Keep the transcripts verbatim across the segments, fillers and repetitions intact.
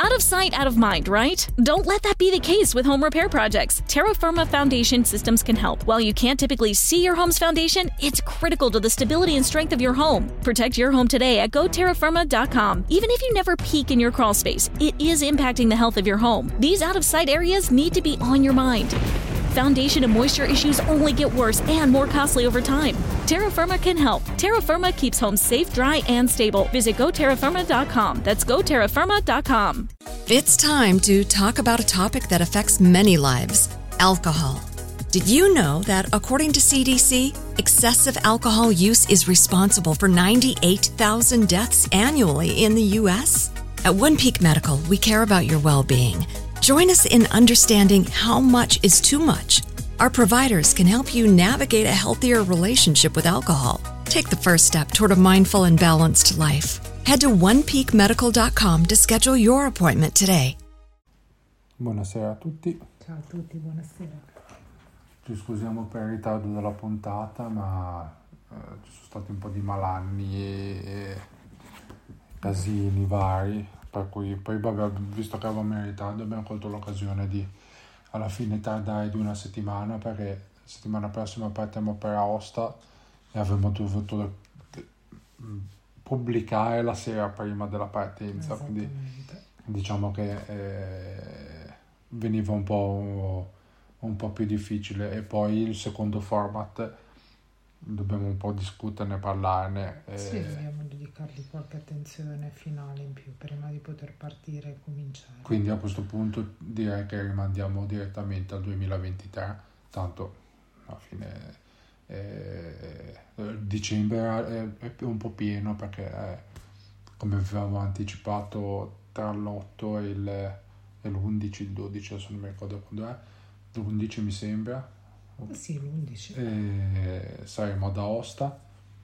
Out of sight, out of mind, right? Don't let that be the case with home repair projects. Terra Firma Foundation Systems can help. While you can't typically see your home's foundation, it's critical to the stability and strength of your home. Protect your home today at go terra firma dot com. Even if you never peek in your crawl space, it is impacting the health of your home. These out-of-sight areas need to be on your mind. Foundation and moisture issues only get worse and more costly over time. Terra Firma can help. Terra Firma keeps homes safe, dry, and stable. Visit go terra firma dot com. That's go terra firma dot com. It's time to talk about a topic that affects many lives: alcohol. Did you know that, according to C D C, excessive alcohol use is responsible for ninety-eight thousand deaths annually in the U S? At One Peak Medical, we care about your well-being. Join us in understanding how much is too much. Our providers can help you navigate a healthier relationship with alcohol. Take the first step toward a mindful and balanced life. Head to one peak medical dot com to schedule your appointment today. Buonasera a tutti. Ciao a tutti, buonasera. Ci scusiamo per il ritardo della puntata, ma eh, ci sono stati un po' di malanni e, e casini vari, per cui poi vabbè, visto che eravamo in ritardo abbiamo colto l'occasione di alla fine tardare di una settimana, perché settimana prossima partiamo per Aosta e avremmo dovuto pubblicare la sera prima della partenza, quindi diciamo che eh, veniva un po' un po' più difficile. E poi il secondo format dobbiamo un po' discuterne, parlarne. Sì, e... dobbiamo dedicargli qualche attenzione finale in più prima di poter partire e cominciare. Quindi a questo punto direi che rimandiamo direttamente al duemilaventitré, tanto alla fine eh, dicembre è, è un po' pieno, perché eh, come avevamo anticipato tra l'otto e, il, e l'undici, il dodici, adesso non mi ricordo quando è, l'undici mi sembra. Sì, l'undici. E saremo ad Aosta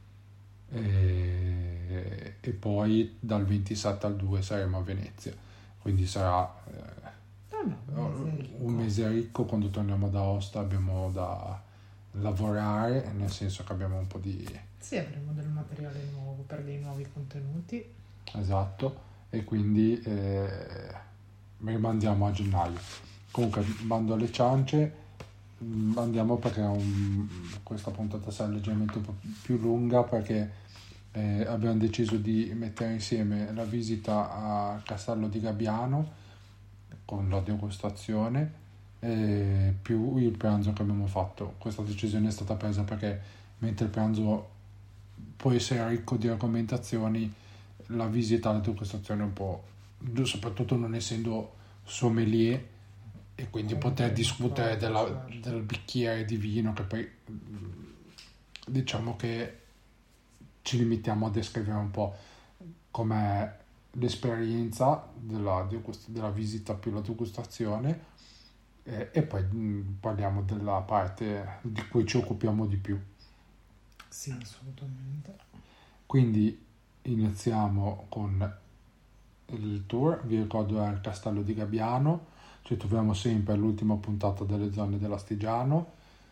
e, e poi dal ventisette al due saremo a Venezia, quindi sarà eh, no, no, un, mese un mese ricco. Quando torniamo ad Aosta abbiamo da lavorare, nel senso che abbiamo un po' di... Sì, avremo del materiale nuovo per dei nuovi contenuti. Esatto, e quindi eh, rimandiamo a gennaio. Comunque, bando alle ciance, andiamo perché un, questa puntata sarà leggermente un po' più lunga, perché eh, abbiamo deciso di mettere insieme la visita al Castello di Gabbiano con la degustazione e più il pranzo che abbiamo fatto. Questa decisione è stata presa perché mentre il pranzo può essere ricco di argomentazioni, la visita alla degustazione è un po', soprattutto non essendo sommelier, e quindi poter discutere della, del bicchiere di vino, che poi diciamo che ci limitiamo a descrivere un po' com'è l'esperienza della, della visita più la degustazione, e, e poi mh, parliamo della parte di cui ci occupiamo di più. Sì, assolutamente. Quindi iniziamo con il tour. Vi ricordo è il Castello di Gabbiano. Ci troviamo sempre all'ultima puntata delle zone dell'Astigiano,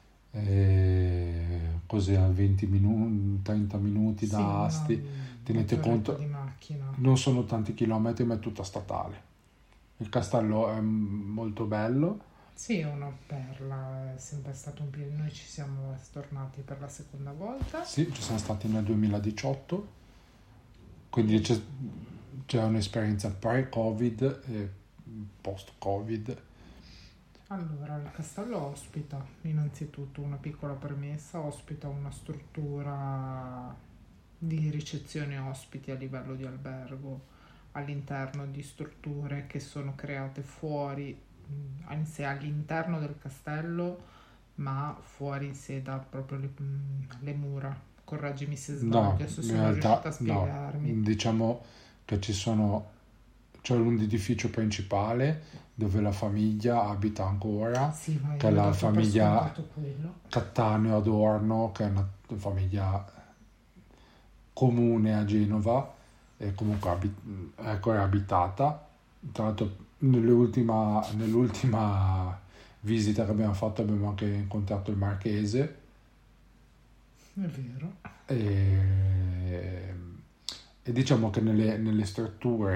e così a venti minuti, trenta minuti da sì, Asti. No, tenete conto, di macchina. Non sono tanti chilometri, ma è tutta statale. Il castello è molto bello. Sì, è una perla, è sempre stato un piacere. Noi ci siamo stornati per la seconda volta. Sì, ci siamo stati nel duemiladiciotto, quindi c'è, c'è un'esperienza pre-Covid e post-Covid. Allora, il castello ospita innanzitutto una piccola premessa, ospita una struttura di ricezione ospiti a livello di albergo all'interno di strutture che sono create fuori in sé all'interno del castello, ma fuori in sé da proprio le, le mura. Correggimi se sbaglio, no, adesso sono realtà, riuscita a spiegarmi. No, diciamo che ci sono c'è l'edificio principale dove la famiglia abita ancora, sì, che è la famiglia Cattaneo Adorno, che è una famiglia comune a Genova e comunque abit- è ancora abitata. Tra l'altro nell'ultima, nell'ultima visita che abbiamo fatto abbiamo anche incontrato il marchese. È vero. E, e diciamo che nelle, nelle strutture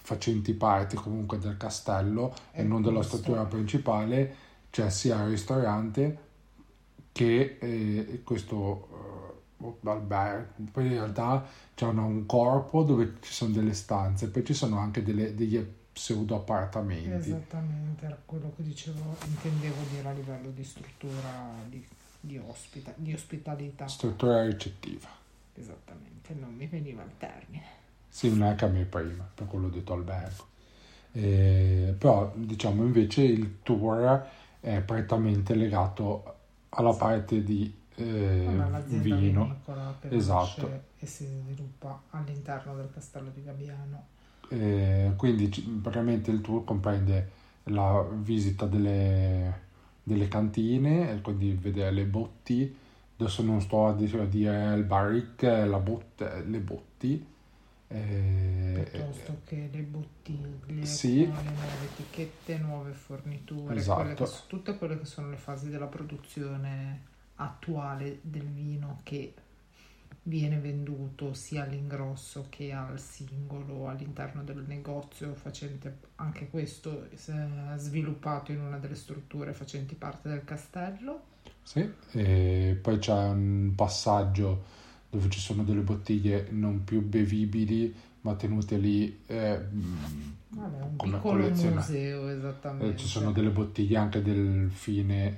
facenti parte comunque del castello e, e non della questo. struttura principale, c'è sia il ristorante che eh, questo uh, albergo. Poi in realtà c'è una, un corpo dove ci sono delle stanze, poi ci sono anche delle, degli pseudo appartamenti. Esattamente, era quello che dicevo, intendevo dire a livello di struttura di, di, ospita, di ospitalità. Struttura ricettiva. Esattamente, non mi veniva il termine. Sì, non è che a me prima, per quello ho detto albergo. Eh, però diciamo invece il tour è prettamente legato alla parte di eh, l'azienda vino. vinicola che Esatto. nasce e si sviluppa all'interno del castello di Gabbiano. Eh, quindi praticamente il tour comprende la visita delle, delle cantine, quindi vedere le botti. Adesso non sto a dire il barrique, la botte, le botti. Eh, piuttosto che le bottiglie, sì, con le nuove etichette, nuove forniture, esatto. quelle che, tutte quelle che sono le fasi della produzione attuale del vino che viene venduto sia all'ingrosso che al singolo all'interno del negozio, facente anche questo sviluppato in una delle strutture facenti parte del castello. Sì, e poi c'è un passaggio dove ci sono delle bottiglie non più bevibili ma tenute lì eh, Vabbè, un come piccolo collezione. museo, esattamente. Eh, ci sono delle bottiglie anche del fine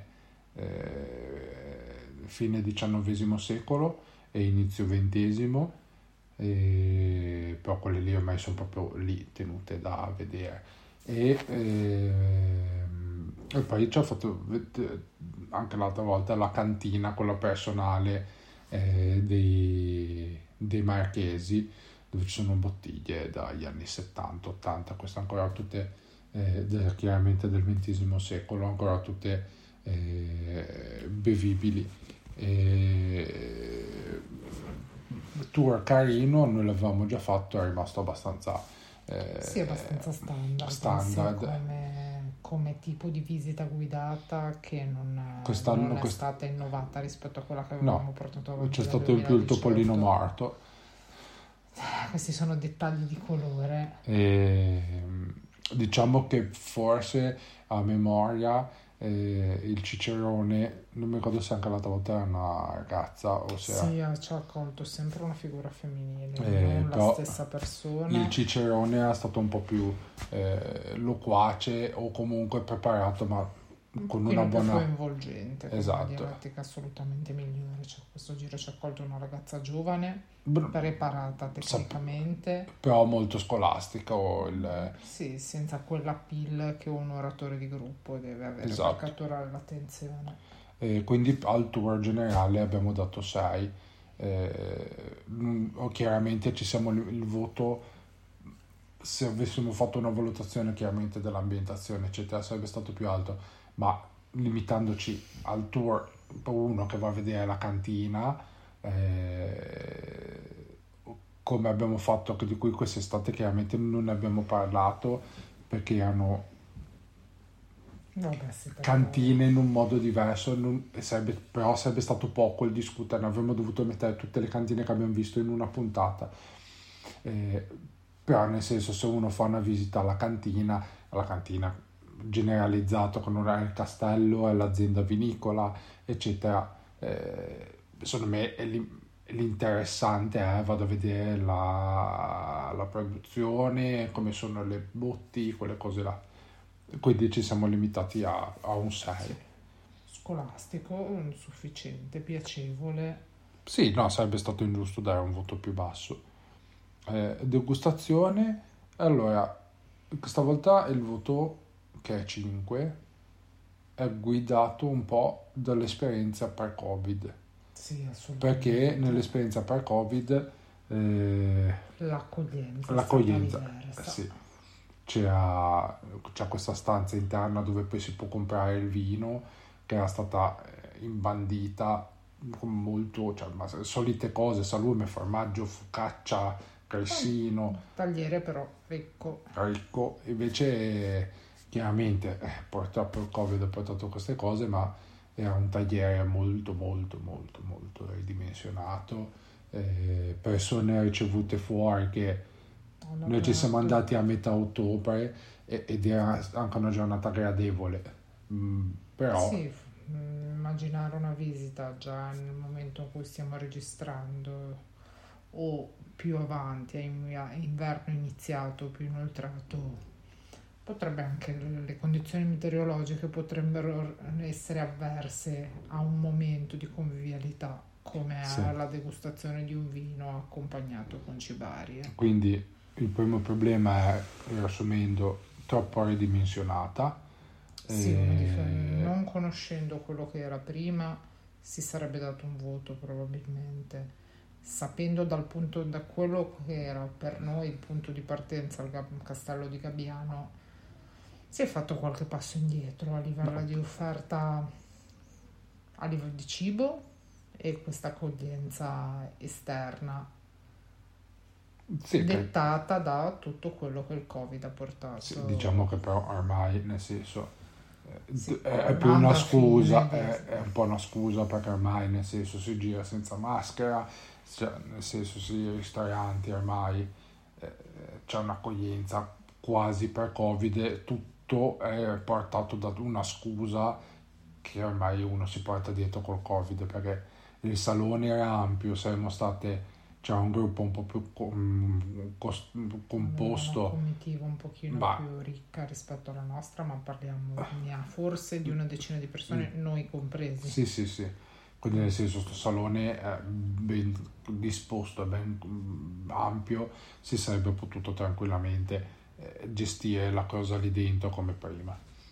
eh, fine diciannovesimo secolo e inizio ventesimo, e, però quelle lì ormai sono proprio lì tenute da vedere. E, ehm, e poi ci ho fatto anche l'altra volta la cantina, quella personale eh, dei, dei marchesi, dove ci sono bottiglie dagli anni settanta ottanta, queste ancora tutte eh, del, chiaramente del ventesimo secolo, ancora tutte eh, bevibili. E, tour carino, noi l'avevamo già fatto, è rimasto abbastanza eh, sì, abbastanza standard, standard. Come, come tipo di visita guidata che non, Quest'anno non è quest... stata innovata rispetto a quella che avevamo no, portato avanti. C'è stato in più il topolino morto. Questi sono dettagli di colore. E, diciamo che forse a memoria eh, il cicerone, non mi ricordo se anche l'altra volta era una ragazza o se sì, era... ci ha accolto sempre una figura femminile, eh, non la stessa persona. Il cicerone era stato un po' più eh, loquace o comunque preparato, ma con quindi una buona, più coinvolgente, con esatto, una dialettica assolutamente migliore. Cioè, questo giro ci ha accolto una ragazza giovane, Br- preparata tecnicamente, sap- però molto scolastica o il... sì, senza quella pill che un oratore di gruppo deve avere, esatto, per catturare l'attenzione. E quindi al tour generale abbiamo dato sei. Eh, chiaramente ci siamo il, il voto, se avessimo fatto una valutazione chiaramente dell'ambientazione eccetera sarebbe stato più alto, ma limitandoci al tour per uno che va a vedere la cantina eh, come abbiamo fatto, di cui quest'estate chiaramente non ne abbiamo parlato perché erano Vabbè, sì, cantine in un modo diverso, non, sarebbe, però sarebbe stato poco il discutere, avremmo dovuto mettere tutte le cantine che abbiamo visto in una puntata, eh, però nel senso, se uno fa una visita alla cantina, alla cantina generalizzato con il castello e l'azienda vinicola eccetera, eh, secondo me è l'interessante è vado a vedere la, la produzione, come sono le botti, quelle cose là, quindi ci siamo limitati a, a un sei. Scolastico, sufficiente, piacevole. Sì, no, sarebbe stato ingiusto dare un voto più basso. Eh, degustazione, allora questa volta il voto, che è cinque, è guidato un po' dall'esperienza pre-Covid. Sì, assolutamente. Perché nell'esperienza pre-Covid eh, l'accoglienza, l'accoglienza sì, c'era, c'è questa stanza interna dove poi si può comprare il vino, che era stata imbandita con molto, cioè, ma solite cose, salume, formaggio, focaccia, grissino, tagliere però ricco ricco. Invece chiaramente eh, purtroppo il Covid ha portato queste cose, ma era un tagliere molto molto molto molto ridimensionato, eh, persone ricevute fuori che Noi ci siamo andati a metà ottobre ed era anche una giornata gradevole, mm, però... Sì, immaginare una visita già nel momento in cui stiamo registrando o più avanti, a inverno iniziato, più inoltrato, potrebbe anche, le condizioni meteorologiche potrebbero essere avverse a un momento di convivialità, come sì. alla degustazione di un vino accompagnato con cibarie. Quindi il primo problema è, riassumendo, troppo ridimensionata. Sì, e... non conoscendo quello che era prima si sarebbe dato un voto probabilmente. Sapendo dal punto, da quello che era per noi il punto di partenza, il castello di Gabbiano, si è fatto qualche passo indietro a livello no. di offerta, a livello di cibo e questa accoglienza esterna, sì, dettata per... da tutto quello che il Covid ha portato. Sì, diciamo che però ormai, nel senso, sì, è, è più una scusa, è, è un po' una scusa, perché ormai, nel senso, si gira senza maschera, cioè, nel senso, sì, i ristoranti ormai eh, c'è un'accoglienza quasi per Covid, tutto è portato da una scusa che ormai uno si porta dietro col Covid, perché il salone era ampio, saremmo state, c'era un gruppo un po' più com, cos, composto, una comitiva un pochino bah. più ricca rispetto alla nostra, ma parliamo forse di una decina di persone, mm. noi compresi. Sì, sì, sì. Quindi nel senso, sto salone è ben disposto, è ben ampio, si sarebbe potuto tranquillamente eh, gestire la cosa lì dentro come prima.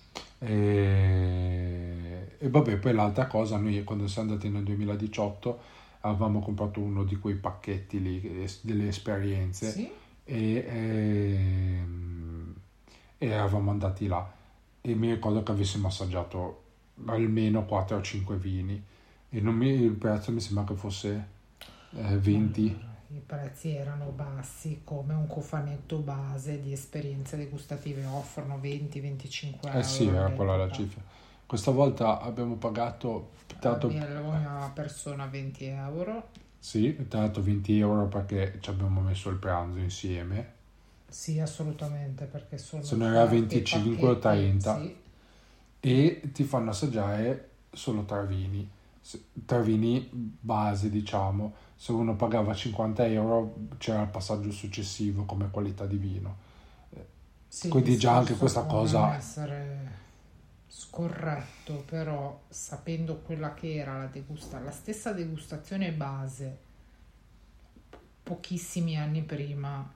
E, e vabbè, poi l'altra cosa, noi quando siamo andati nel duemiladiciotto avevamo comprato uno di quei pacchetti lì, delle esperienze, sì? e, e, e eravamo andati là e mi ricordo che avessimo assaggiato almeno quattro o cinque vini. E non mi, il prezzo mi sembra che fosse eh, venti. Allora, i prezzi erano bassi, come un cofanetto base di esperienze degustative offrono venti venticinque euro. Eh sì, era quella la cifra. Questa volta abbiamo pagato tanto, una persona venti euro. Sì, tra l'altro venti euro perché ci abbiamo messo il pranzo insieme. Sì, assolutamente, perché sono se non era venticinque o trenta. Sì. E ti fanno assaggiare solo tre vini. Tre vini base, diciamo. Se uno pagava cinquanta euro c'era il passaggio successivo come qualità di vino. Sì, quindi già anche questa può cosa non essere scorretto, però sapendo quella che era la degusta la stessa degustazione base pochissimi anni prima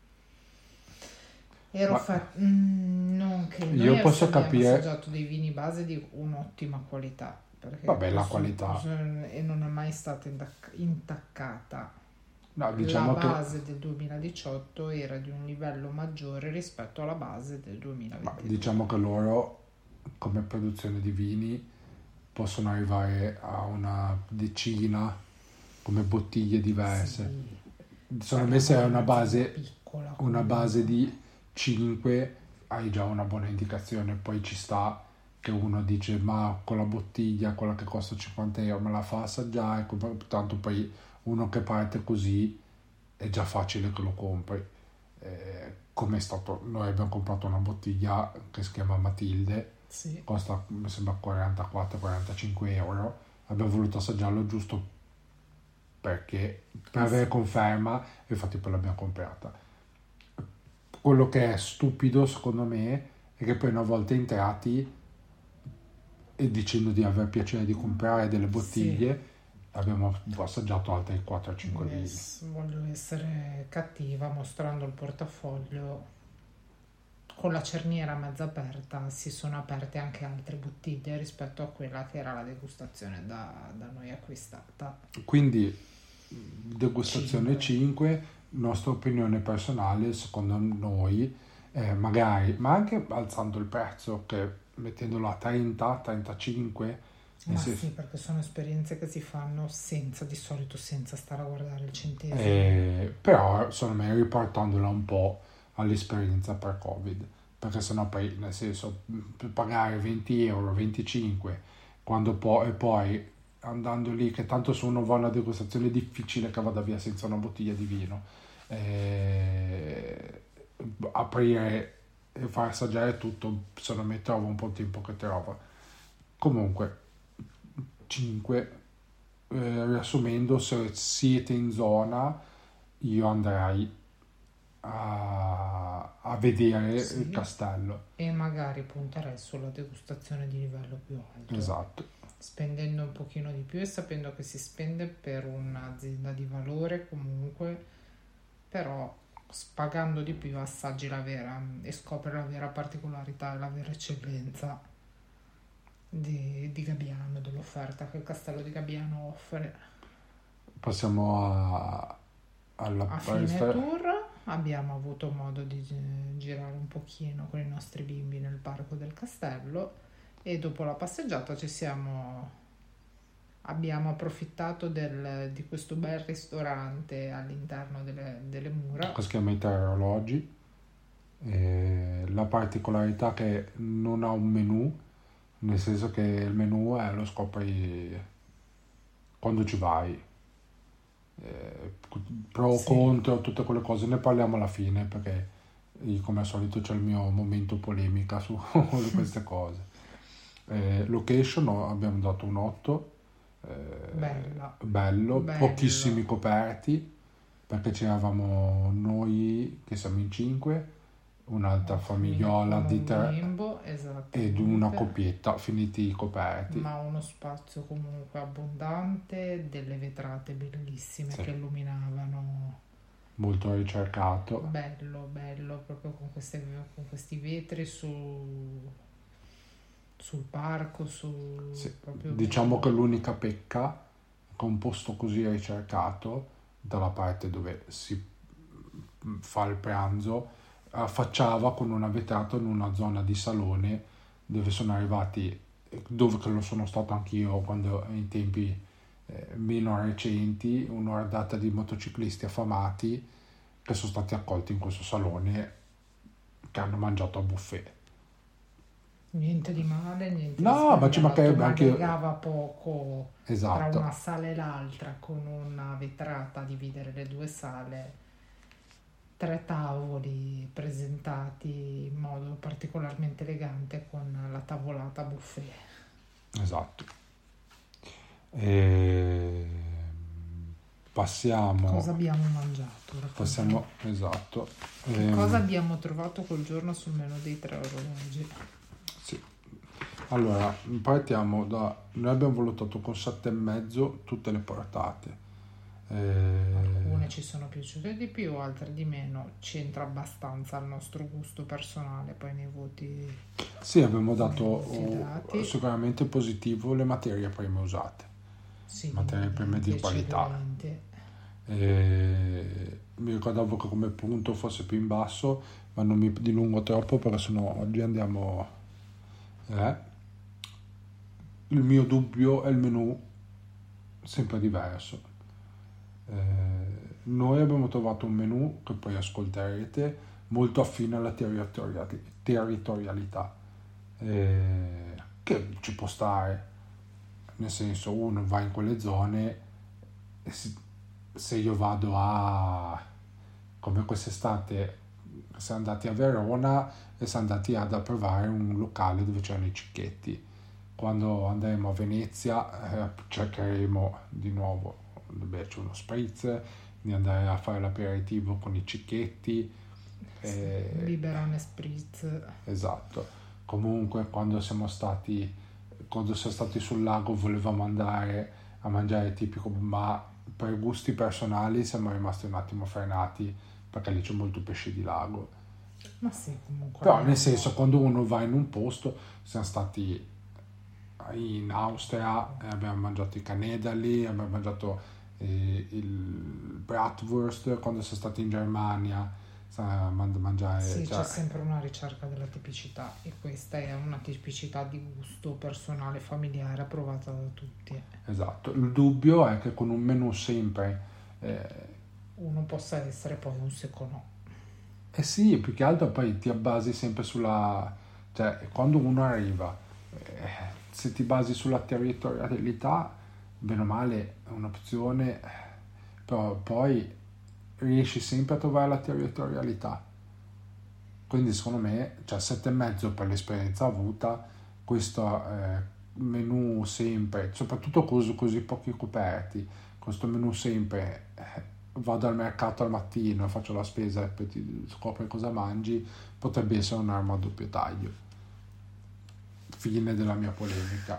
ero Ma fa... mm, non che noi io posso abbiamo capire... assaggiato dei vini base di un'ottima qualità. Perché vabbè, la qualità e non è mai stata intaccata. No, diciamo la base che... del duemiladiciotto era di un livello maggiore rispetto alla base del duemilaventidue. Ma diciamo che loro come produzione di vini possono arrivare a una decina come bottiglie diverse. Sì, secondo me se è una base piccola, una base di cinque hai già una buona indicazione. Poi ci sta che uno dice ma con la bottiglia, quella che costa cinquanta euro, me la fa assaggiare, tanto poi uno che parte così è già facile che lo compri. Eh, come è stato, noi abbiamo comprato una bottiglia che si chiama Matilde, sì. costa mi sembra quarantaquattro quarantacinque euro, abbiamo voluto assaggiarlo giusto perché per avere sì. conferma, e infatti poi l'abbiamo comprata. Quello che è stupido secondo me è che poi una volta entrati e dicendo di aver piacere di comprare delle bottiglie, sì. abbiamo assaggiato altri quattro o cinque vini. Yes, voglio essere cattiva mostrando il portafoglio. Con la cerniera mezza aperta si sono aperte anche altre bottiglie rispetto a quella che era la degustazione da, da noi acquistata. Quindi degustazione cinque, nostra opinione personale, secondo noi, eh, magari, ma anche alzando il prezzo, che mettendolo a trenta trentacinque. Ma sì, sì, perché sono esperienze che si fanno senza, di solito senza stare a guardare il centesimo. Eh, però secondo me riportandola un po' all'esperienza per Covid, perché sennò poi, nel senso, pagare venti euro, venticinque, quando poi, e poi andando lì, che tanto se uno va a una degustazione è difficile che vada via senza una bottiglia di vino, eh, aprire e far assaggiare tutto, secondo me trovo un po' il tempo che trova. Comunque cinque, eh, riassumendo, se siete in zona io andrei a, a vedere Sì. il castello, E magari punterei sulla degustazione di livello più alto. esatto, Spendendo un pochino di più e sapendo che si spende per un'azienda di valore comunque, però pagando di più assaggi la vera e scopri la vera particolarità e la vera eccellenza di, di Gabbiano, dell'offerta che il castello di Gabbiano offre. passiamo a, alla A fine palestra. tour abbiamo avuto modo di gi- girare un pochino con i nostri bimbi nel parco del castello e dopo la passeggiata ci siamo abbiamo approfittato del, di questo bel ristorante all'interno delle, delle mura. Che si chiama i tre orologi. Eh, la particolarità che non ha un menù, nel senso che il menù è, lo scopri quando ci vai. Eh, pro, Sì. contro, tutte quelle cose ne parliamo alla fine, perché io, come al solito c'è il mio momento polemica su queste cose. Eh, location no, abbiamo dato un otto. Eh, Bella. bello, Bello. pochissimi coperti, perché c'eravamo noi che siamo in cinque, un'altra famigliola Con di un tre bimbo, esatto, ed una coppietta, finiti i coperti. ma uno spazio comunque abbondante, delle vetrate bellissime Sì. che illuminavano. Molto ricercato. Bello, bello, proprio con, queste, con questi vetri su, sul parco, su, Sì. proprio Diciamo che bello. l'unica pecca, con un posto così ricercato, dalla parte dove si fa il pranzo, affacciava con una vetrata in una zona di salone dove sono arrivati, dove che lo sono stato anch'io quando in tempi eh, meno recenti, un'ordata di motociclisti affamati che sono stati accolti in questo salone, che hanno mangiato a buffet. Niente di male, niente No, di ma ci sbagliato, mancherebbe ma anche- legava poco tra Esatto. una sala e l'altra, con una vetrata a dividere le due sale, tre tavoli presentati in modo particolarmente elegante con la tavolata buffet. Esatto. E passiamo. Cosa abbiamo mangiato? Raccontaci. Passiamo. Esatto. Che Ehm, cosa abbiamo trovato quel giorno sul menù dei tre orologi? Sì. Allora, partiamo da. Noi abbiamo valutato con sette e mezzo tutte le portate. Eh, Alcune ci sono piaciute di più, altre di meno. C'entra abbastanza il nostro gusto personale, poi nei voti. sì, abbiamo dato Sì, oh, dati. sicuramente positivo le materie prime usate. Sì, Materie prime di eccellenti, qualità. eccellenti. E mi ricordavo che come punto fosse più in basso, ma non mi dilungo troppo perché sennò oggi andiamo. Eh? Il mio dubbio è il menù sempre diverso. Eh, noi abbiamo trovato un menù che poi ascolterete molto affine alla territoriali- territorialità, eh, che ci può stare, nel senso, uno va in quelle zone e si- se io vado a, come quest'estate siamo andati a Verona e siamo andati ad provare un locale dove c'erano i cicchetti. Quando andremo a Venezia eh, cercheremo di nuovo di berci uno spritz, di andare a fare l'aperitivo con i cicchetti. eh, Biberone spritz. Esatto. Comunque quando siamo stati quando siamo stati sul lago volevamo andare a mangiare tipico, ma per gusti personali siamo rimasti un attimo frenati perché lì c'è molto pesce di lago. Ma sì, comunque. Però nel senso, quando uno va in un posto, siamo stati in Austria e abbiamo mangiato i canedali, abbiamo mangiato eh, il bratwurst, quando siamo stati in Germania a mangiare, Sì, cioè, c'è sempre una ricerca della tipicità e questa è una tipicità di gusto personale, familiare, approvata da tutti. esatto. Il dubbio è che con un menù sempre eh, Uno possa essere poi un secondo. eh sì, più che altro poi ti abbasi sempre sulla, cioè quando uno arriva eh, se ti basi sulla territorialità bene o male è un'opzione, però poi riesci sempre a trovare la territorialità. Quindi secondo me, cioè sette e mezzo per l'esperienza avuta, questo eh, menù sempre, soprattutto così, così pochi coperti, questo menù sempre, eh, vado al mercato al mattino, faccio la spesa e poi ti scopri cosa mangi, potrebbe essere un'arma a doppio taglio. Fine della mia polemica.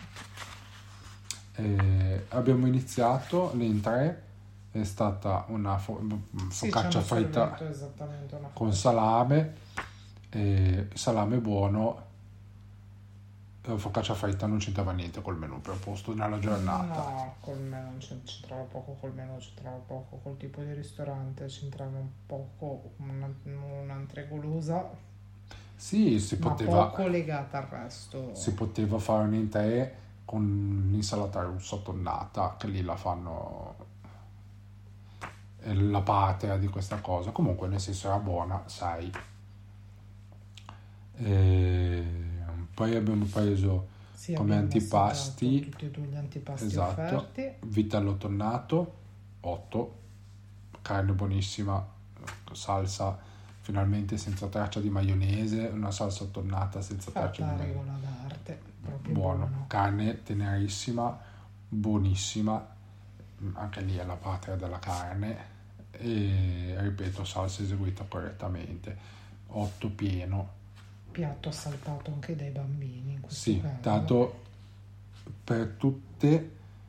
Eh, abbiamo iniziato, le in tre, è stata una fo- Sì, focaccia ci hanno fritta servito esattamente una con focaccia. salame, eh, salame buono, la focaccia fritta non c'entrava niente col menù proposto nella giornata. No, col menù c'entrava poco col menù, c'entrava poco col tipo di ristorante, c'entrava un poco una, un'entrée golosa, Sì, si ma poteva, poco legata al resto. si poteva fare un intè con l'insalata russa tonnata, che lì la fanno, è la patria di questa cosa. Comunque nel senso era buona, sai. E poi abbiamo preso Sì, come abbiamo antipasti, assaggiato tutti e due gli antipasti esatto, offerti. vitello tonnato, otto, carne buonissima, salsa finalmente senza traccia di maionese, una salsa tonnata senza traccia di Fatta a maionese. regola d'arte, proprio Buono, buono. carne tenerissima, buonissima, anche lì è la patria della carne, e ripeto, salsa eseguita correttamente, otto pieno. Piatto assaltato anche dai bambini in questo Sì, caso. dato per tutte,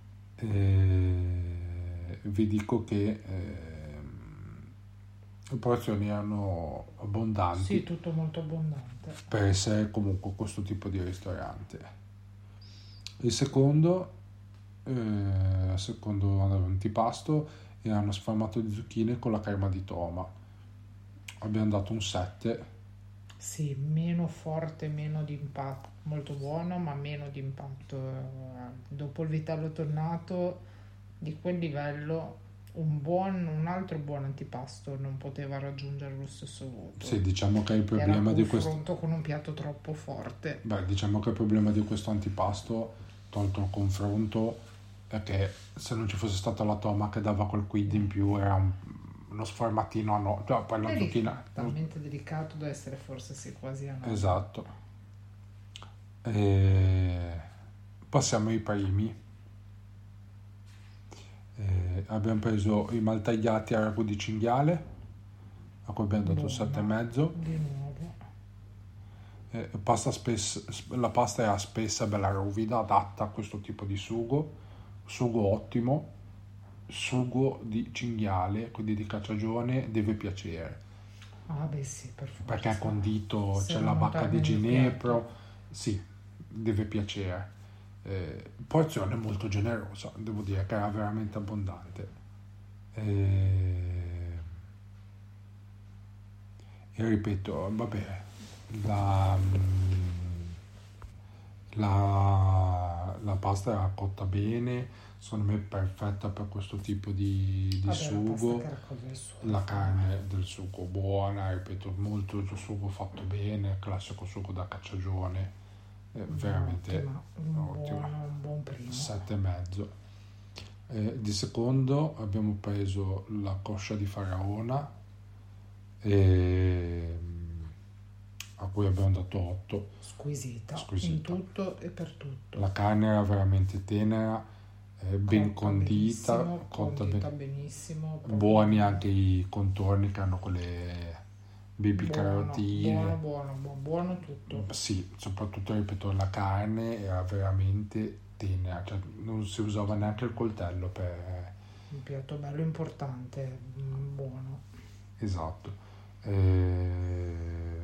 eh, vi dico che eh, le porzioni erano abbondanti. Sì, tutto molto abbondante. Per essere comunque questo tipo di ristorante. Il secondo, eh, secondo antipasto era uno sfumato di zucchine con la crema di toma. Abbiamo dato un sette. Sì, meno forte, meno di impatto, molto buono, ma meno di impatto. Dopo il vitello tonnato di quel livello, un buon, un altro buon antipasto non poteva raggiungere lo stesso voto. Sì, diciamo che il Era problema un di questo, confronto con un piatto troppo forte. beh, diciamo che il problema di questo antipasto, tolto il confronto, è che se non ci fosse stata la toma che dava quel quid in più, era un, uno sformatino a no, cioè poi la È zucchina. talmente delicato da essere forse sì, quasi a no. Esatto. E passiamo ai primi. E abbiamo preso i maltagliati a ragù di cinghiale, a cui abbiamo dato Buona. sette e mezzo. Di nuovo. E pasta spessa, la pasta era spessa, bella ruvida, adatta a questo tipo di sugo. Sugo ottimo, sugo di cinghiale, quindi di cacciagione, deve piacere. Ah beh sì, per forza. Perché è condito, Se c'è non la bacca notare di nel ginepro, piatto. sì, deve piacere. Eh, porzione molto generosa, devo dire che era veramente abbondante. Eh, e ripeto, vabbè, la, la, la pasta era cotta bene, secondo me perfetta per questo tipo di, di Vabbè, sugo. La, pasta che raccoglie il sugo. La carne del sugo buona, ripeto, molto il sugo fatto bene, classico sugo da cacciagione, eh, veramente Ottima, un ottimo. buono, un buon primo. Sette e mezzo. Eh, di secondo abbiamo preso la coscia di faraona, e, a cui abbiamo dato otto. Squisita, Squisita. in tutto e per tutto. La carne era veramente tenera, eh, ben Cotta condita, benissimo, cotta condita ben- benissimo. proprio buoni anche i contorni che hanno quelle baby buono, carotine. buono, buono, buono, buono tutto. Sì, soprattutto ripeto, la carne era veramente tenera, cioè non si usava neanche il coltello per... Un piatto bello importante, mm, buono. Esatto. Eh,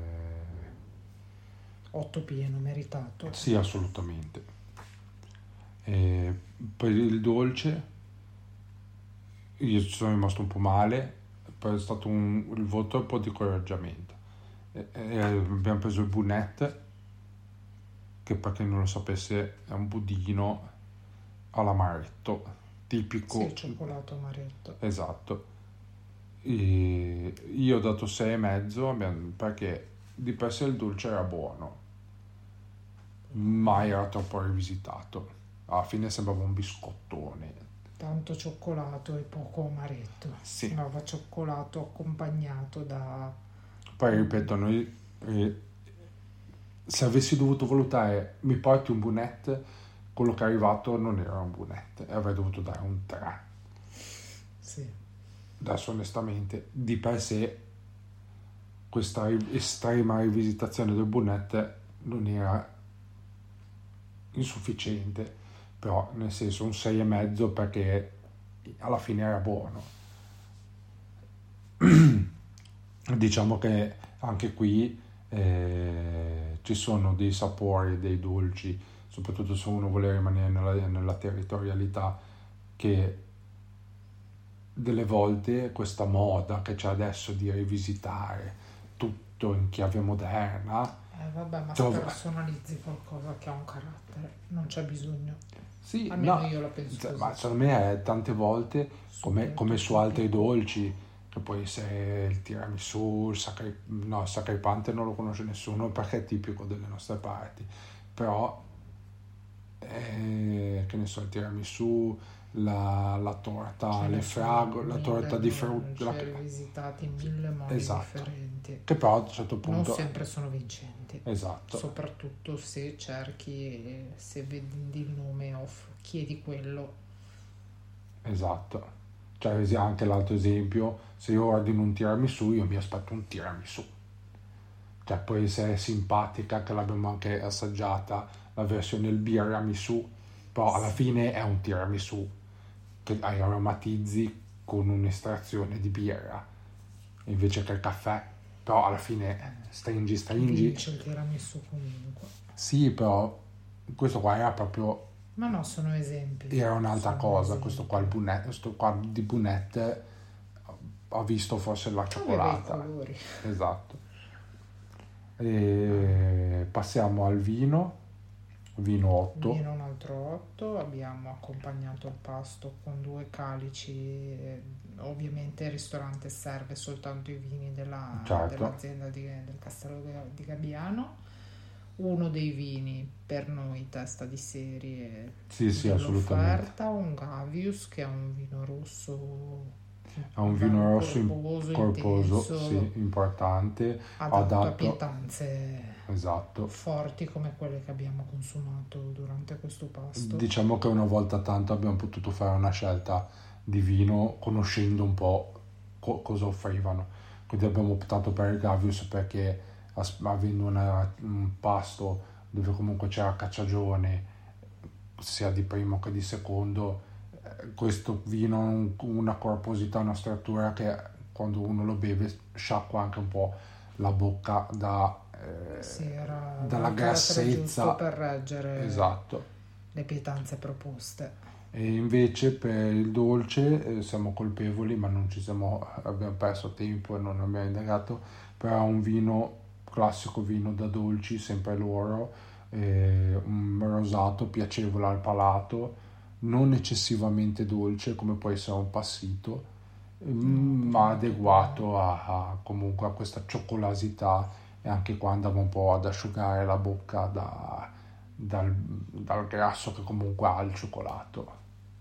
Otto pieno, meritato. Sì, assolutamente. Eh, per il dolce io ci sono rimasto un po' male, poi è stato un, il voto è un po' di coraggiamento. Eh, eh, abbiamo preso il bunette, che per chi non lo sapesse è un budino all'amaretto, tipico. Sì, cioccolato amaretto. Esatto. E io ho dato sei e mezzo abbiamo- perché di per sé il dolce era buono, ma era troppo rivisitato. Alla fine sembrava un biscottone. tanto cioccolato e poco amaretto. Sì. Sembrava cioccolato accompagnato da... Poi ripeto, noi eh, se avessi dovuto valutare mi porti un Bunette, quello che è arrivato non era un Bunette e avrei dovuto dare un tre. Sì. Adesso onestamente di per sé questa estrema rivisitazione del Bunette non era insufficiente, però nel senso un sei e mezzo perché alla fine era buono. Diciamo che anche qui eh, ci sono dei sapori, dei dolci, soprattutto se uno vuole rimanere nella, nella territorialità, che delle volte questa moda che c'è adesso di rivisitare tutto in chiave moderna, eh vabbè, ma cioè, se personalizzi qualcosa che ha un carattere non c'è bisogno. sì, almeno no, io la penso cioè, così. ma secondo me è tante volte come, come su altri dolci, che può essere il tiramisù, il sacri, no, il sacripante non lo conosce nessuno perché è tipico delle nostre parti, però eh, che ne so, il tiramisù, la, la torta, le fragole, la torta di frutta, la... rivisitati in mille modi esatto. differenti, che però a un certo punto non sempre sono vincenti, esatto, soprattutto se cerchi, se vedi il nome o chiedi quello. Esatto, cioè anche l'altro esempio, se io ordino un tiramisù io mi aspetto un tiramisù, cioè può essere simpatica, che l'abbiamo anche assaggiata la versione il birramisù, però alla fine è un tiramisù che hai aromatizzi con un'estrazione di birra invece che il caffè, però alla fine stringi stringi Vince il tiramisù comunque. Sì, però questo qua era proprio, ma no, sono esempi, era un'altra sono cosa. esempi. Questo qua, il Bunette, questo qua di Bunette ho visto forse la cioccolata. Aveva i colori. Esatto. E passiamo al vino. Vino otto. Vino un altro otto. Abbiamo accompagnato il pasto con due calici. Ovviamente il ristorante serve soltanto i vini della, certo. dell'azienda di, del Castello di Gabbiano. Uno dei vini per noi testa di serie sì, sì, assolutamente. Un Gavius, che è un vino rosso, è un vino rosso corposo, corposo, intenso, sì, importante, adatto, adatto a pietanze esatto. forti come quelle che abbiamo consumato durante questo pasto. Diciamo che una volta tanto abbiamo potuto fare una scelta di vino conoscendo un po' co- cosa offrivano, quindi abbiamo optato per il Gavius perché avendo una, un pasto dove comunque c'era cacciagione sia di primo che di secondo, eh, questo vino ha una corposità, una struttura che quando uno lo beve sciacqua anche un po' la bocca da, eh, sì, era dalla grassezza per reggere esatto. le pietanze proposte. E invece per il dolce eh, siamo colpevoli, ma non ci siamo, abbiamo perso tempo e non abbiamo indagato, però un vino classico, vino da dolci, sempre loro, eh, un rosato piacevole al palato, non eccessivamente dolce come può essere un passito, mm, ma adeguato a, a comunque a questa cioccolasità, e anche qua andava un po' ad asciugare la bocca da, dal, dal grasso che comunque ha il cioccolato.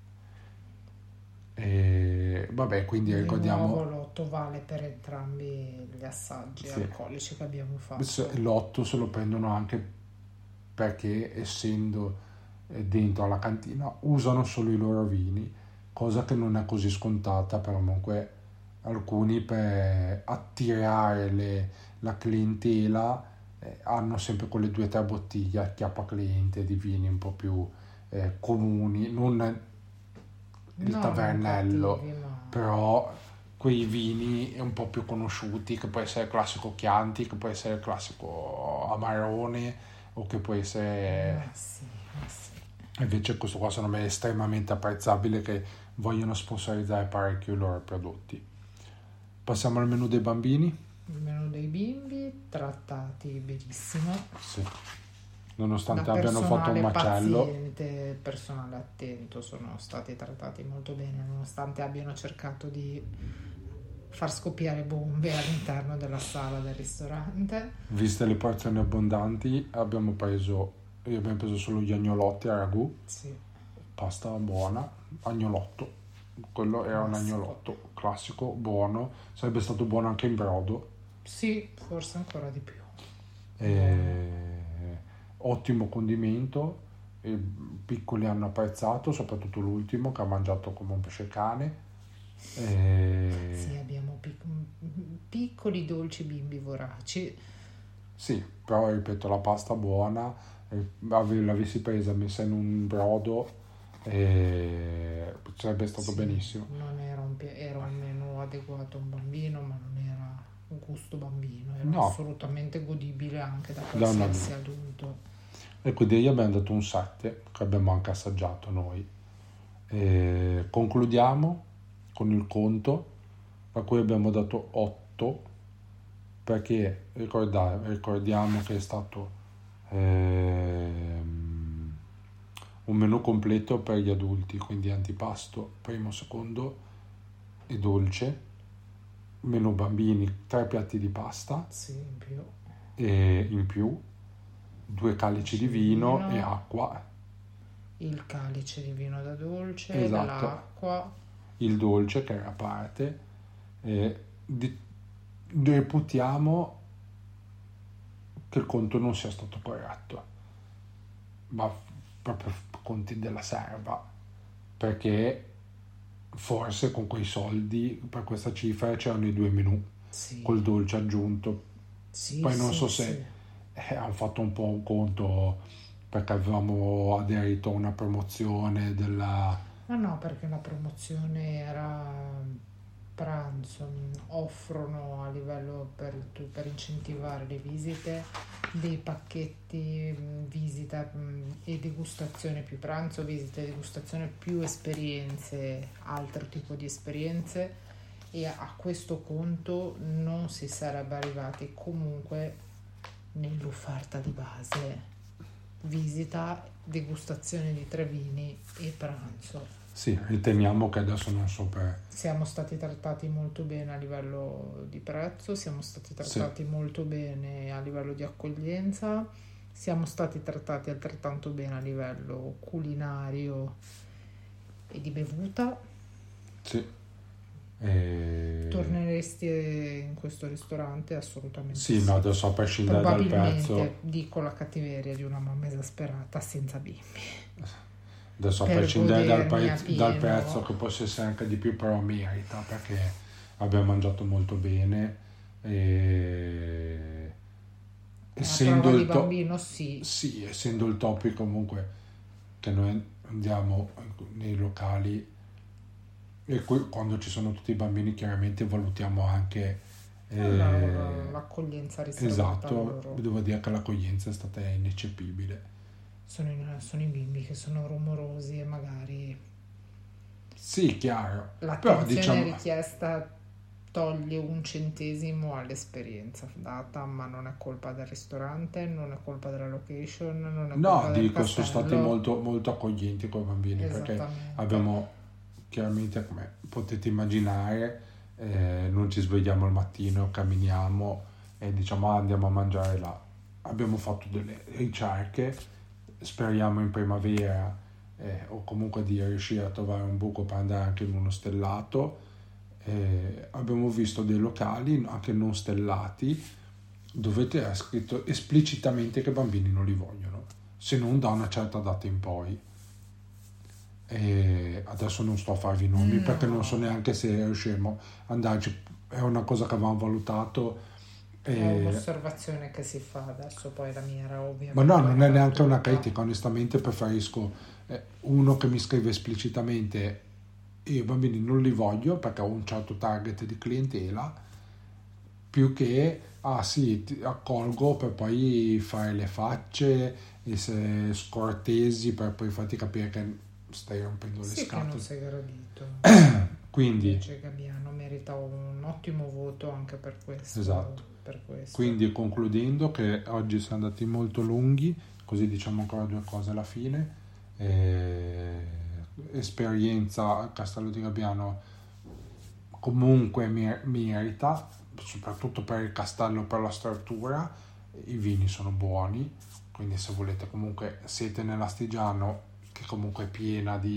E vabbè, quindi di ricordiamo nuovo l'otto vale per entrambi gli assaggi sì. alcolici che abbiamo fatto. L'otto se lo prendono anche perché essendo dentro alla cantina usano solo i loro vini, cosa che non è così scontata, però comunque alcuni per attirare le, la clientela eh, hanno sempre quelle due o tre bottiglie a chiappa cliente di vini un po' più eh, comuni, non il no, tavernello, cattivi, ma... però quei vini un po' più conosciuti, che può essere il classico Chianti, che può essere il classico Amarone, o che può essere... Ah, sì, ah, sì. Invece questo qua secondo me è estremamente apprezzabile, che vogliono sponsorizzare parecchio i loro prodotti. Passiamo al menù dei bambini. Il menù dei bimbi, trattati benissimo. Sì. Nonostante Da abbiano fatto un macello. Paziente, personale attento, sono stati trattati molto bene, nonostante abbiano cercato di far scoppiare bombe all'interno della sala del ristorante. Viste le porzioni abbondanti, abbiamo preso, abbiamo preso solo gli agnolotti a ragù. Sì. Pasta buona, agnolotto, quello era un Classico. agnolotto classico, buono, sarebbe stato buono anche in brodo. Sì, forse ancora di più. Eh, ottimo condimento, e piccoli hanno apprezzato, soprattutto l'ultimo che ha mangiato come un pesce cane. Eh, Sì, abbiamo pic- piccoli dolci bimbi voraci. sì, però ripeto, la pasta buona, eh, ave- l'avessi presa messa in un brodo, eh, sarebbe stato Sì, benissimo. Non era un, pi- era un menù adeguato a un bambino, ma non era un gusto bambino, era No. assolutamente godibile anche da Da un qualsiasi adulto. adulto. E quindi gli abbiamo dato un sette, che abbiamo anche assaggiato noi. E concludiamo con il conto, a cui abbiamo dato otto, perché ricorda- ricordiamo che è stato ehm, un menù completo per gli adulti, quindi antipasto, primo, secondo e dolce, menù bambini, tre piatti di pasta Sì, in più. e in più due calici di vino Vino. e acqua. Il calice di vino da dolce, Esatto. l'acqua. Il dolce che era a parte, e di- reputiamo che il conto non sia stato corretto, ma proprio conti della serva, perché forse con quei soldi, per questa cifra, c'erano i due menù Sì. col dolce aggiunto. Sì, Poi non sì, so se sì. eh, hanno fatto un po' un conto perché avevamo aderito a una promozione della... Ma no, perché la promozione era pranzo, mh, offrono a livello per, per incentivare le visite dei pacchetti mh, visita mh, e degustazione più pranzo, visita e degustazione più esperienze, altro tipo di esperienze, e a questo conto non si sarebbe arrivati comunque nell'offerta di base, visita, degustazione di tre vini e pranzo. Sì, riteniamo che adesso non so per... Siamo stati trattati molto bene a livello di prezzo, siamo stati trattati molto bene a livello di accoglienza, siamo stati trattati altrettanto bene a livello culinario e di bevuta. Sì. E... Torneresti in questo ristorante? Assolutamente Sì, no, adesso a prescindere dal Probabilmente prezzo, dico la cattiveria di una mamma esasperata senza bimbi. adesso a per prescindere dal, godermi a prezzo, dal pieno. prezzo che possa essere anche di più, però merita, perché abbiamo mangiato molto bene e... Una essendo prova di il to- bambino, sì. sì, essendo il topic comunque che noi andiamo nei locali e qui, quando ci sono tutti i bambini chiaramente valutiamo anche eh, La- l'accoglienza riservata a esatto, loro. devo dire che l'accoglienza è stata ineccepibile. Sono, i- sono i bimbi che sono rumorosi e magari Sì, chiaro, però l'attenzione diciamo richiesta toglie un centesimo all'esperienza data, ma non è colpa del ristorante, non è colpa della location, non è colpa no, del dico, sono castello. stati molto, molto accoglienti con i bambini, perché Esattamente. abbiamo chiaramente, come potete immaginare, eh, non ci svegliamo al mattino, camminiamo e diciamo "Ah, andiamo a mangiare là". Abbiamo fatto delle ricerche, speriamo in primavera eh, o comunque di riuscire a trovare un buco per andare anche in uno stellato. Eh, abbiamo visto dei locali anche non stellati dove è scritto esplicitamente che i bambini non li vogliono, se non da una certa data in poi. E adesso non sto a farvi i nomi No. perché non so neanche se riusciremo ad andarci, è una cosa che avevamo valutato. È e- un'osservazione che si fa adesso, poi la mia era ovviamente Ma no, non è neanche una battuta. critica, onestamente preferisco eh, uno che mi scrive esplicitamente io i bambini non li voglio perché ho un certo target di clientela, più che ah sì, ti accolgo per poi fare le facce, essere scortesi per poi farti capire che stai rompendo le Sì, che non scatole. sei gradito. Quindi, Invece Gabbiano merita un ottimo voto anche per questo. Esatto. Per questo. quindi concludendo che oggi siamo andati molto lunghi, così diciamo ancora due cose alla fine. Eh, esperienza a Castello di Gabbiano comunque mer- merita, soprattutto per il castello, per la struttura. I vini sono buoni, quindi se volete comunque siete nell'Astigiano, che comunque è piena di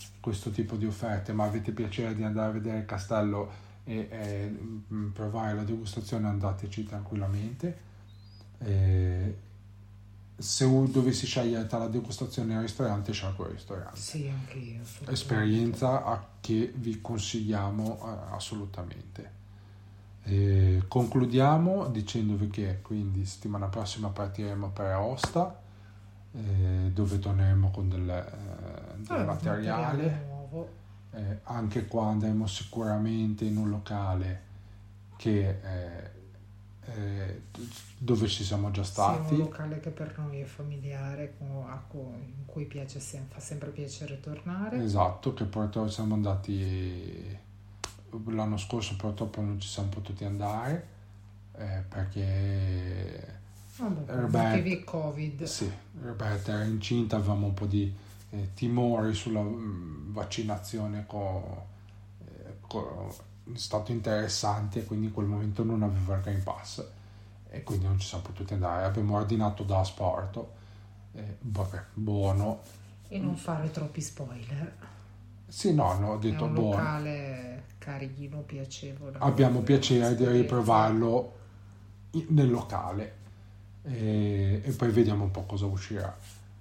questo tipo di offerte, ma avete piacere di andare a vedere il castello e eh, provare la degustazione, andateci tranquillamente. Eh, se dovessi scegliere tra la degustazione e il ristorante, scelgo il ristorante. Sì, anche io. Esperienza a che vi consigliamo eh, assolutamente. Eh, concludiamo dicendovi che quindi settimana prossima partiremo per Aosta, eh, dove torneremo con del, eh, del ah, materiale, materiale nuovo. Eh, anche qua andremo sicuramente in un locale che eh, eh, dove ci siamo già stati. Sì, un locale che per noi è familiare, con, a cui, in cui piace sem- fa sempre piacere tornare. Esatto, che purtroppo siamo andati l'anno scorso, purtroppo non ci siamo potuti andare eh, perché Vabbè, Roberta, motivi Covid. Sì, Roberta era incinta, avevamo un po' di eh, timori sulla mh, vaccinazione con, eh, con, è stato interessante, quindi in quel momento non aveva il Green Pass e quindi non ci siamo potuti andare. Abbiamo ordinato da asporto, eh, vabbè, buono. E non fare troppi spoiler. Sì, no, no, ho detto è un buono. locale carino, piacevole. Abbiamo piacere di riprovarlo nel locale e, e poi vediamo un po' cosa uscirà.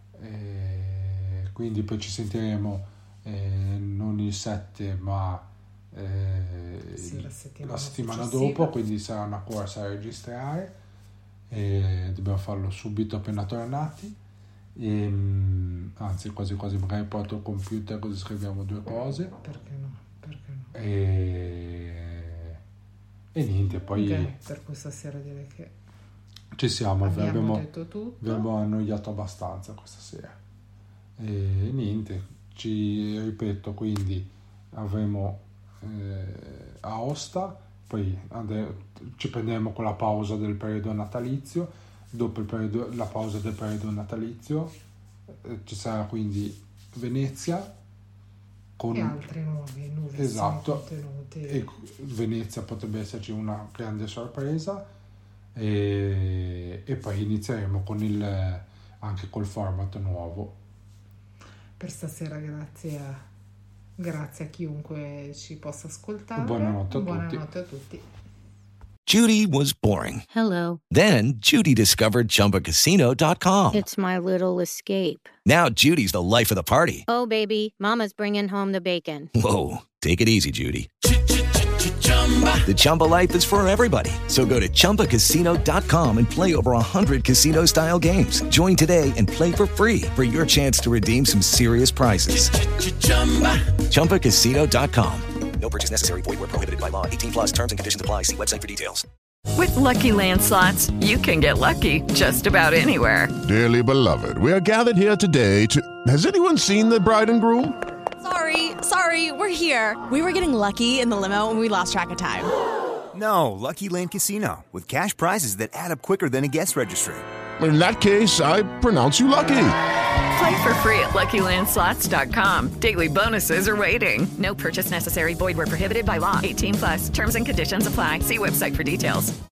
E quindi poi ci sentiremo eh, non il sette ma eh, sì, la settimana, la settimana successiva. dopo, quindi sarà una corsa a registrare e dobbiamo farlo subito appena tornati. E, anzi quasi quasi magari porto il computer così scriviamo due cose. Perché no? Perché no? E, e niente, poi okay, per questa sera direi che ci siamo, abbiamo abbiamo detto tutto. abbiamo annoiato abbastanza questa sera e niente, ci ripeto, quindi avremo eh, Aosta, poi and- ci prenderemo con la pausa del periodo natalizio. Dopo il periodo, la pausa del periodo natalizio eh, ci sarà quindi Venezia con e altri nuovi, nuovissimi esatto, contenuti. E Venezia potrebbe esserci una grande sorpresa e, e poi inizieremo con il anche col format nuovo. Per stasera grazie a, grazie a chiunque ci possa ascoltare. Buonanotte a Buonanotte tutti. a tutti. Judy was boring. Hello. Then Judy discovered Chumba Casino dot com. It's my little escape. Now Judy's the life of the party. Oh, baby, mama's bringing home the bacon. Whoa, take it easy, Judy. The Chumba life is for everybody. So go to Chumba Casino dot com and play over one hundred casino-style games. Join today and play for free for your chance to redeem some serious prizes. Chumba Casino dot com. No purchase necessary. Void where prohibited by law. eighteen plus terms and conditions apply. See website for details. With Lucky Land Slots, you can get lucky just about anywhere. Dearly beloved, we are gathered here today to... Has anyone seen the bride and groom? Sorry, sorry, we're here. We were getting lucky in the limo and we lost track of time. No, Lucky Land Casino, with cash prizes that add up quicker than a guest registry. In that case, I pronounce you lucky. Play for free at Lucky Land Slots dot com. Daily bonuses are waiting. No purchase necessary. Void where prohibited by law. eighteen plus. Terms and conditions apply. See website for details.